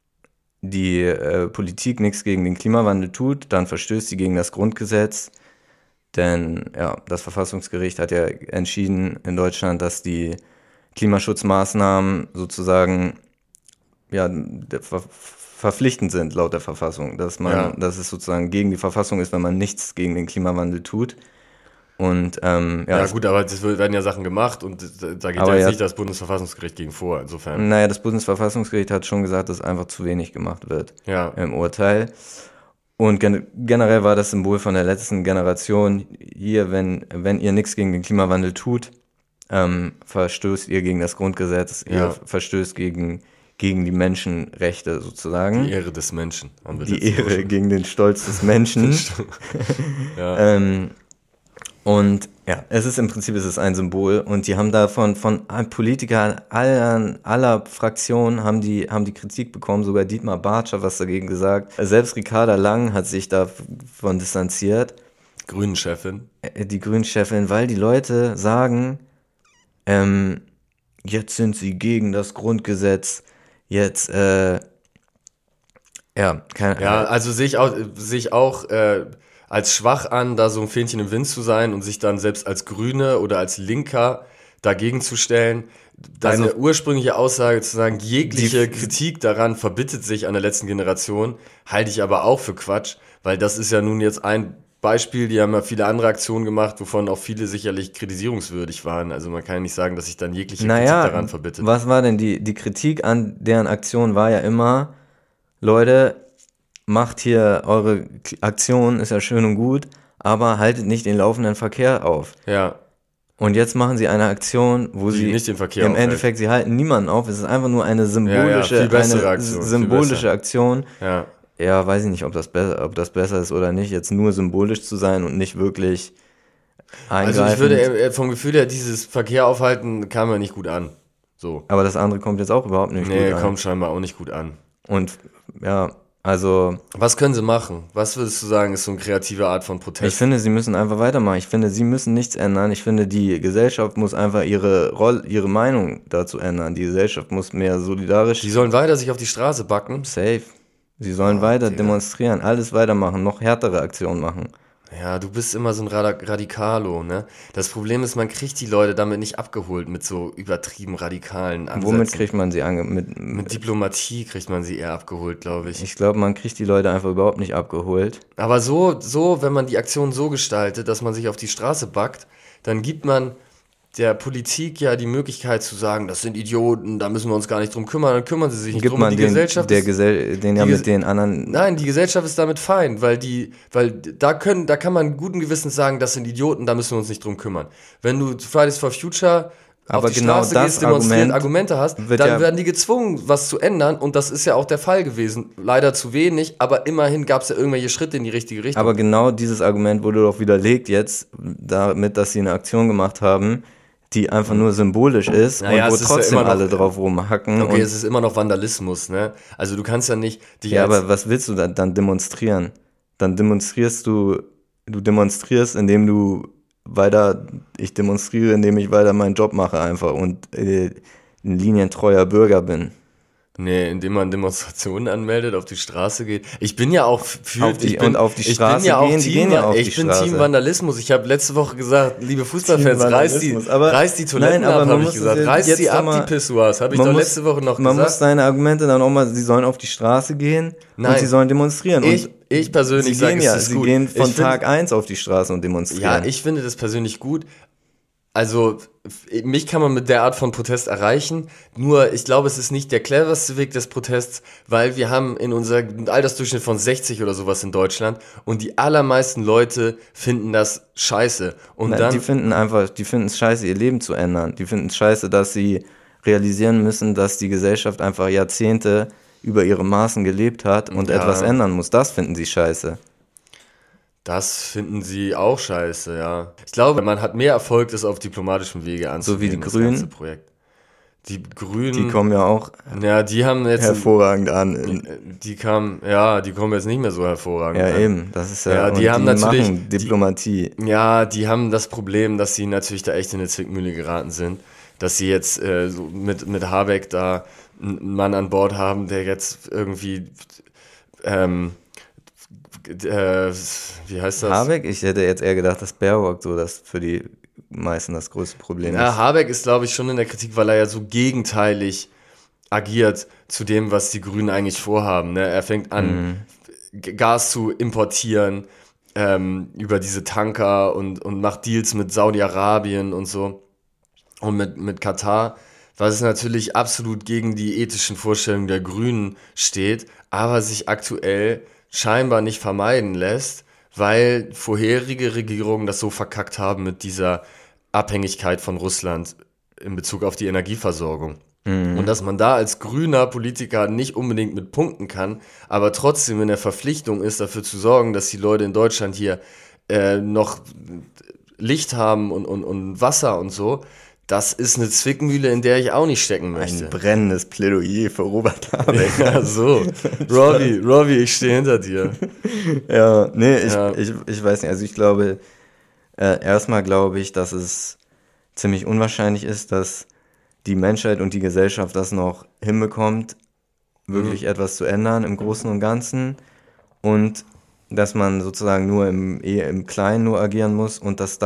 die Politik nichts gegen den Klimawandel tut, dann verstößt sie gegen das Grundgesetz. Denn ja, das Verfassungsgericht hat ja entschieden in Deutschland, dass die Klimaschutzmaßnahmen sozusagen ja verpflichtend sind laut der Verfassung, dass es sozusagen gegen die Verfassung ist, wenn man nichts gegen den Klimawandel tut. Und ja gut, aber es werden ja Sachen gemacht und da geht ja jetzt nicht das Bundesverfassungsgericht gegen vor, insofern. Naja, das Bundesverfassungsgericht hat schon gesagt, dass einfach zu wenig gemacht wird im Urteil. Und generell war das Symbol von der letzten Generation hier, wenn ihr nichts gegen den Klimawandel tut, verstößt ihr gegen das Grundgesetz, ihr verstößt gegen die Menschenrechte sozusagen. Die Ehre des Menschen. Haben wir die Ehre gegen den Stolz des Menschen. Ja. Und ja, es ist ein Symbol und die haben davon von Politikern aller Fraktionen haben die Kritik bekommen, sogar Dietmar Bartsch hat was dagegen gesagt. Selbst Ricarda Lang hat sich davon distanziert. Grünen-Chefin. Die Grünen-Chefin, weil die Leute sagen, jetzt sind sie gegen das Grundgesetz, jetzt, also sehe ich auch als schwach an, da so ein Fähnchen im Wind zu sein und sich dann selbst als Grüne oder als Linker dagegen zu stellen. Deine ursprüngliche Aussage zu sagen, jegliche Kritik daran verbittet sich an der letzten Generation, halte ich aber auch für Quatsch, weil das ist ja nun jetzt ein Beispiel, die haben ja viele andere Aktionen gemacht, wovon auch viele sicherlich kritisierungswürdig waren. Also man kann ja nicht sagen, dass sich dann jegliche Kritik daran verbittet. Was war denn die Kritik an deren Aktion war ja immer, Leute, macht hier eure Aktion, ist ja schön und gut, aber haltet nicht den laufenden Verkehr auf. Ja. Und jetzt machen sie eine Aktion, wo sie nicht den Verkehr im Endeffekt, sie halten niemanden auf, es ist einfach nur eine symbolische Aktion. Ja. Ja, weiß ich nicht, ob das besser ist oder nicht, jetzt nur symbolisch zu sein und nicht wirklich eingreifend. Also ich würde vom Gefühl her, dieses Verkehr aufhalten kam ja nicht gut an. So. Aber das andere kommt jetzt auch überhaupt nicht gut an. Nee, kommt scheinbar auch nicht gut an. Und ja, also... Was können sie machen? Was würdest du sagen, ist so eine kreative Art von Protest? Ich finde, sie müssen einfach weitermachen. Ich finde, sie müssen nichts ändern. Ich finde, die Gesellschaft muss einfach ihre Meinung dazu ändern. Die Gesellschaft muss mehr solidarisch... Die sollen weiter sich auf die Straße backen. Safe. Sie sollen weiter demonstrieren, alles weitermachen, noch härtere Aktionen machen. Ja, du bist immer so ein Radikalo, ne? Das Problem ist, man kriegt die Leute damit nicht abgeholt mit so übertrieben radikalen Ansätzen. Womit kriegt man sie mit Diplomatie kriegt man sie eher abgeholt, glaube ich. Ich glaube, man kriegt die Leute einfach überhaupt nicht abgeholt. Aber so, wenn man die Aktion so gestaltet, dass man sich auf die Straße backt, dann gibt man der Politik ja die Möglichkeit zu sagen, das sind Idioten, da müssen wir uns gar nicht drum kümmern, dann kümmern sie sich nicht drum. Man mit den anderen... Nein, die Gesellschaft ist damit fein, weil da kann man guten Gewissens sagen, das sind Idioten, da müssen wir uns nicht drum kümmern. Wenn du Fridays for Future auf die Straße gehst, demonstrieren, Argumente hast, dann werden die gezwungen, was zu ändern, und das ist ja auch der Fall gewesen. Leider zu wenig, aber immerhin gab es ja irgendwelche Schritte in die richtige Richtung. Aber genau dieses Argument wurde doch widerlegt jetzt, damit, dass sie eine Aktion gemacht haben, die einfach nur symbolisch ist, und wo trotzdem alle drauf rumhacken. Okay, es ist immer noch Vandalismus, ne? Also du kannst ja nicht... aber was willst du dann demonstrieren? Dann demonstrierst du demonstrierst, indem du ich demonstriere, indem ich weiter meinen Job mache einfach und ein linientreuer Bürger bin. Nee, indem man Demonstrationen anmeldet, auf die Straße geht. Ich bin ja auch für... auf die Straße gehen. Ich bin Team Vandalismus. Ich habe letzte Woche gesagt, liebe Fußballfans, reißt die Toiletten ab, habe ich gesagt. Reißt sie ab, die Pissoirs. Habe ich doch letzte Woche noch gesagt. Man muss deine Argumente dann auch mal, sie sollen auf die Straße gehen und sie sollen demonstrieren. Ich persönlich sage, es ist gut. Sie gehen von Tag 1 auf die Straße und demonstrieren. Ja, ich finde das persönlich gut. Also, mich kann man mit der Art von Protest erreichen, nur ich glaube, es ist nicht der cleverste Weg des Protests, weil wir haben in unserem Altersdurchschnitt von 60 oder sowas in Deutschland, und die allermeisten Leute finden das scheiße. Die finden es scheiße, ihr Leben zu ändern. Die finden es scheiße, dass sie realisieren müssen, dass die Gesellschaft einfach Jahrzehnte über ihre Maßen gelebt hat und etwas ändern muss. Das finden sie scheiße. Das finden sie auch scheiße, ja. Ich glaube, man hat mehr Erfolg, das auf diplomatischem Wege anzugehen. So wie die Grünen. Das ganze Projekt. Die Grünen. Die kommen ja auch die haben jetzt hervorragend an. Die kommen jetzt nicht mehr so hervorragend an. Ja, eben. Das ist die machen Diplomatie. Die haben das Problem, dass sie natürlich da echt in eine Zwickmühle geraten sind. Dass sie jetzt so mit Habeck da einen Mann an Bord haben, der jetzt irgendwie wie heißt das? Habeck? Ich hätte jetzt eher gedacht, dass Baerbock so das für die meisten das größte Problem ist. Ja, Habeck ist, glaube ich, schon in der Kritik, weil er ja so gegenteilig agiert zu dem, was die Grünen eigentlich vorhaben. Ne? Er fängt an, Gas zu importieren über diese Tanker und macht Deals mit Saudi-Arabien und so und mit Katar, was natürlich absolut gegen die ethischen Vorstellungen der Grünen steht, aber sich aktuell scheinbar nicht vermeiden lässt, weil vorherige Regierungen das so verkackt haben mit dieser Abhängigkeit von Russland in Bezug auf die Energieversorgung. Und dass man da als grüner Politiker nicht unbedingt mit punkten kann, aber trotzdem in der Verpflichtung ist, dafür zu sorgen, dass die Leute in Deutschland hier noch Licht haben und Wasser und so. Das ist eine Zwickmühle, in der ich auch nicht stecken möchte. Ein brennendes Plädoyer für Robert Habeck. Ja, so. Robbie, ich stehe hinter dir. Ja, nee, ich weiß nicht. Also ich glaube, erstmal glaube ich, dass es ziemlich unwahrscheinlich ist, dass die Menschheit und die Gesellschaft das noch hinbekommt, wirklich etwas zu ändern im Großen und Ganzen. Und dass man sozusagen nur im Kleinen nur agieren muss und dass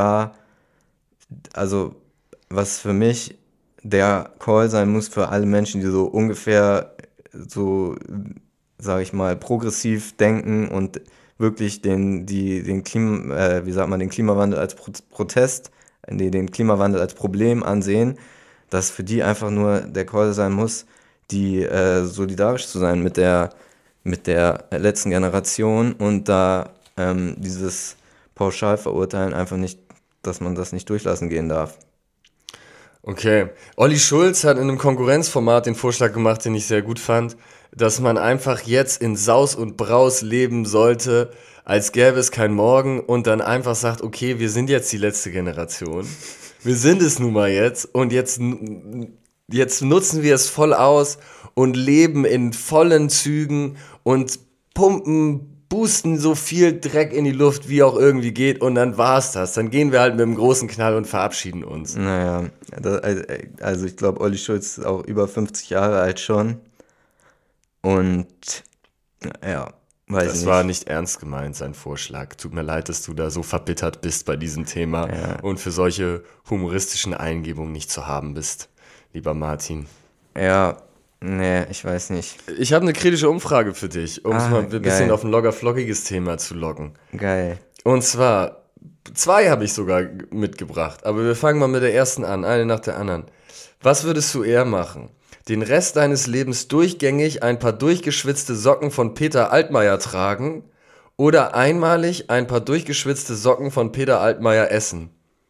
was für mich der Call sein muss für alle Menschen, die so ungefähr so, sage ich mal, progressiv denken und wirklich den Klimawandel als den Klimawandel als Problem ansehen, dass für die einfach nur der Call sein muss, die solidarisch zu sein mit der letzten Generation und da dieses Pauschalverurteilen einfach nicht, dass man das nicht durchlassen gehen darf. Okay. Olli Schulz hat in einem Konkurrenzformat den Vorschlag gemacht, den ich sehr gut fand, dass man einfach jetzt in Saus und Braus leben sollte, als gäbe es kein Morgen, und dann einfach sagt, okay, wir sind jetzt die letzte Generation. Wir sind es nun mal jetzt, und jetzt nutzen wir es voll aus und leben in vollen Zügen und boosten so viel Dreck in die Luft, wie auch irgendwie geht, und dann war's das. Dann gehen wir halt mit einem großen Knall und verabschieden uns. Naja, also ich glaube, Olli Schulz ist auch über 50 Jahre alt schon. Und ja, weiß ich nicht. Das war nicht ernst gemeint, sein Vorschlag. Tut mir leid, dass du da so verbittert bist bei diesem Thema und für solche humoristischen Eingebungen nicht zu haben bist, lieber Martin. Ja, nee, ich weiß nicht. Ich habe eine kritische Umfrage für dich, um es mal ein bisschen auf ein logger-flockiges Thema zu locken. Geil. Und zwar, 2 habe ich sogar mitgebracht, aber wir fangen mal mit der ersten an, eine nach der anderen. Was würdest du eher machen? Den Rest deines Lebens durchgängig ein paar durchgeschwitzte Socken von Peter Altmaier tragen oder einmalig ein paar durchgeschwitzte Socken von Peter Altmaier essen?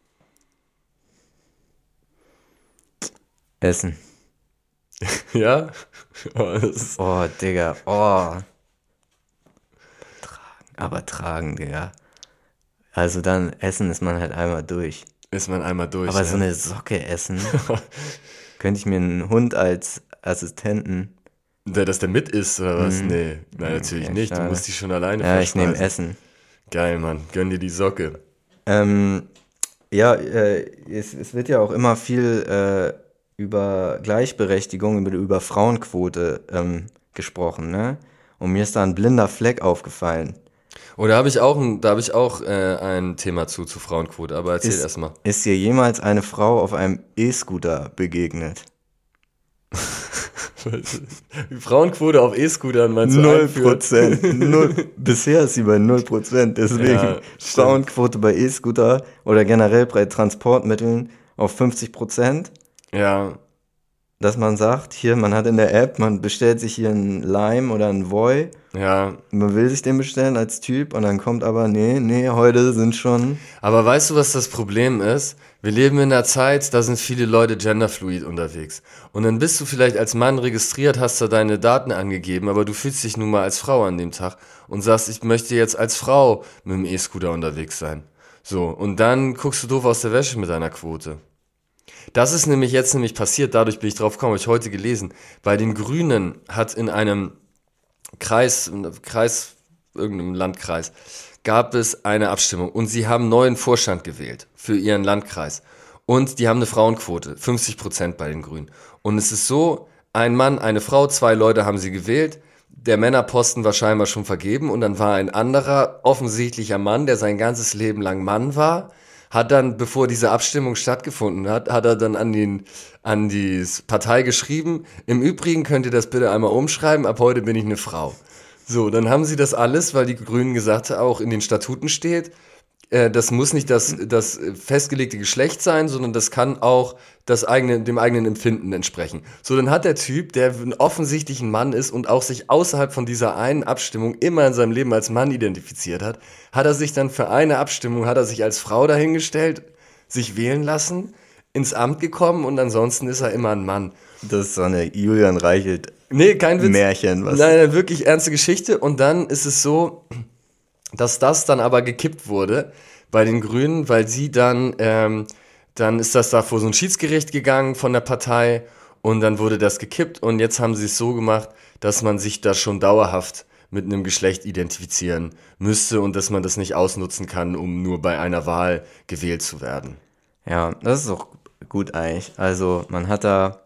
Essen. Ja? Oh, Digga. Oh. Tragen, Digga. Also dann essen ist man halt einmal durch. Ist man einmal durch. Aber so eine Socke essen, könnte ich mir einen Hund als Assistenten... Dass der mit isst, oder was? Nee, nein, natürlich nicht. Du musst die schon alleine Ja, ich nehme verspeisen. Essen. Geil, Mann. Gönn dir die Socke. Es wird ja auch immer viel über Gleichberechtigung, über Frauenquote gesprochen, ne? Und mir ist da ein blinder Fleck aufgefallen. Oh, da habe ich auch ein Thema zu Frauenquote, aber erzähl erst mal. Ist dir jemals eine Frau auf einem E-Scooter begegnet? Frauenquote auf E-Scootern meinst du? 0%. Bisher ist sie bei 0%. Deswegen Ja, Frauenquote bei E-Scooter oder generell bei Transportmitteln auf 50%. Ja, Dass man sagt, hier, man hat in der App, man bestellt sich hier einen Lime oder einen Voi. ja. Man will sich den bestellen als Typ und dann kommt aber, nee, heute sind schon... Aber weißt du, was das Problem ist? Wir leben in einer Zeit, da sind viele Leute genderfluid unterwegs. Und dann bist du vielleicht als Mann registriert, hast da deine Daten angegeben, aber du fühlst dich nun mal als Frau an dem Tag und sagst, ich möchte jetzt als Frau mit dem E-Scooter unterwegs sein. So, und dann guckst du doof aus der Wäsche mit deiner Quote. Das ist jetzt passiert, dadurch bin ich drauf gekommen, habe ich heute gelesen. Bei den Grünen hat in einem irgendeinem Landkreis, gab es eine Abstimmung und sie haben neuen Vorstand gewählt für ihren Landkreis. Und die haben eine Frauenquote, 50% bei den Grünen. Und es ist so, ein Mann, eine Frau, 2 Leute haben sie gewählt, der Männerposten war scheinbar schon vergeben und dann war ein anderer offensichtlicher Mann, der sein ganzes Leben lang Mann war, hat dann, bevor diese Abstimmung stattgefunden hat, hat er dann an die Partei geschrieben, im Übrigen könnt ihr das bitte einmal umschreiben, ab heute bin ich eine Frau. So, dann haben sie das alles, weil die Grünen gesagt haben, auch in den Statuten steht, das muss nicht das festgelegte Geschlecht sein, sondern das kann auch dem eigenen Empfinden entsprechen. So, dann hat der Typ, der offensichtlich ein Mann ist und auch sich außerhalb von dieser einen Abstimmung immer in seinem Leben als Mann identifiziert hat, hat er sich dann für eine Abstimmung, hat er sich als Frau dahingestellt, sich wählen lassen, ins Amt gekommen und ansonsten ist er immer ein Mann. Das ist so eine Julian Reichelt Nee, kein Witz. Märchen. Was? Nein, wirklich ernste Geschichte. Und dann ist es so, dass das dann aber gekippt wurde bei den Grünen, weil sie dann ist das da vor so ein Schiedsgericht gegangen von der Partei und dann wurde das gekippt und jetzt haben sie es so gemacht, dass man sich da schon dauerhaft mit einem Geschlecht identifizieren müsste und dass man das nicht ausnutzen kann, um nur bei einer Wahl gewählt zu werden. Ja, das ist auch gut eigentlich. Also man hat da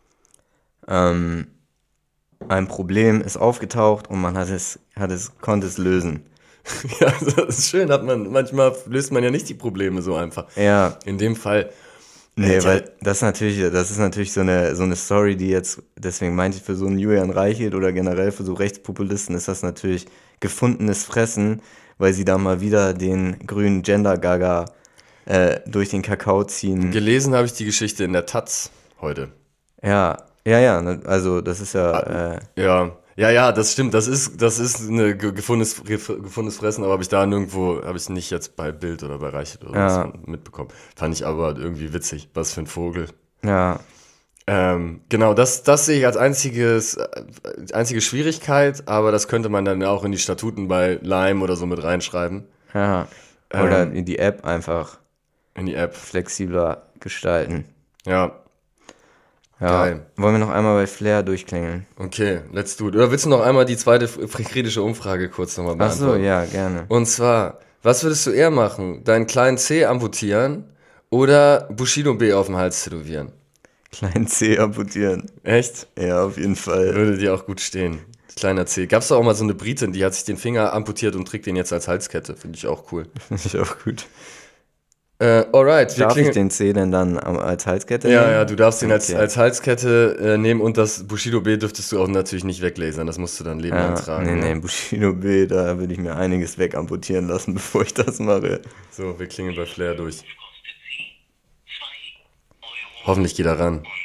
ein Problem ist aufgetaucht und man konnte es lösen. Ja, das ist schön, manchmal löst man ja nicht die Probleme so einfach. Ja. In dem Fall. Nee, weil das ist natürlich so eine Story, die jetzt, deswegen meinte ich, für so einen Julian Reichelt oder generell für so Rechtspopulisten ist das natürlich gefundenes Fressen, weil sie da mal wieder den grünen Gender-Gaga durch den Kakao ziehen. Gelesen habe ich die Geschichte in der Taz heute. Ja, also das ist ja... Ja, das stimmt, das ist eine gefundenes Fressen, aber habe ich nicht jetzt bei Bild oder bei Reichelt oder was mitbekommen. Fand ich aber irgendwie witzig, was für ein Vogel. Ja. Genau, das sehe ich als einzige Schwierigkeit, aber das könnte man dann auch in die Statuten bei Lime oder so mit reinschreiben. Ja, oder in die App einfach in die App flexibler gestalten. Ja. Ja, geil. Wollen wir noch einmal bei Flair durchklingeln? Okay, let's do it. Oder willst du noch einmal die zweite kritische Umfrage kurz nochmal beantworten? Ach so, ja, gerne. Und zwar, was würdest du eher machen? Deinen kleinen C amputieren oder Bushido B auf dem Hals tätowieren? Kleinen C amputieren. Echt? Ja, auf jeden Fall. Würde dir auch gut stehen. Kleiner C. Gab's da auch mal so eine Britin, die hat sich den Finger amputiert und trägt den jetzt als Halskette. Finde ich auch cool. Finde ich auch gut. Alright. Darf ich den C denn dann als Halskette nehmen? Ja, du darfst ihn Okay. als Halskette nehmen und das Bushido B dürftest du auch natürlich nicht weglasern. Das musst du dann Leben lang tragen. Nee, Bushido B, da würde ich mir einiges wegamputieren lassen, bevor ich das mache. So, wir klingeln bei Flair durch. Kostet sie 2 Euro Hoffentlich geht er ran. und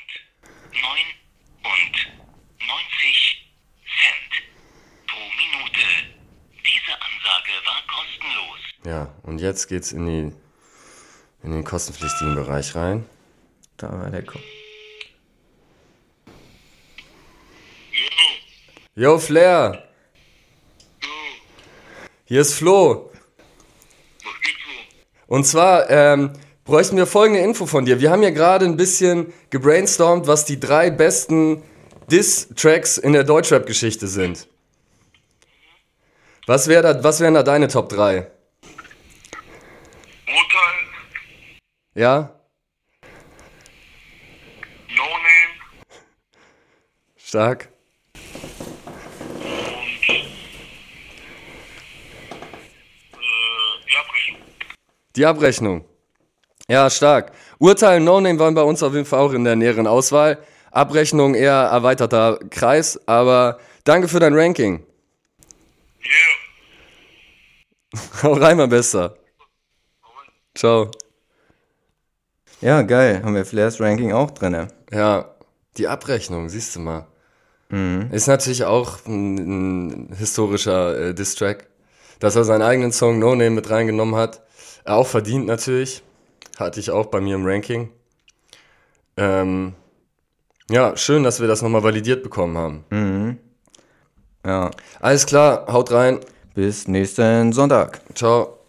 99 Cent pro Minute. Diese Ansage war kostenlos. Ja, und jetzt geht's in den kostenpflichtigen Bereich rein. Da war der Yo, Flair! Hier ist Flo. Und zwar bräuchten wir folgende Info von dir. Wir haben ja gerade ein bisschen gebrainstormt, was die 3 besten Diss-Tracks in der Deutschrap-Geschichte sind. Was wären da deine Top 3? Urteil, Ja? No Name Stark. und die Abrechnung. Die Abrechnung. Ja, stark. Urteil und No Name waren bei uns auf jeden Fall auch in der näheren Auswahl. Abrechnung eher erweiterter Kreis, aber danke für dein Ranking. Yeah. Hau rein, mein Bester. Ciao. Ja, geil. Haben wir Flairs Ranking auch drin. Ja, die Abrechnung, siehst du mal. Ist natürlich auch ein historischer Diss-Track. Dass er seinen eigenen Song No Name mit reingenommen hat. Auch verdient natürlich. Hatte ich auch bei mir im Ranking. Ja, schön, dass wir das nochmal validiert bekommen haben. Ja. Alles klar, haut rein. Bis nächsten Sonntag. Ciao.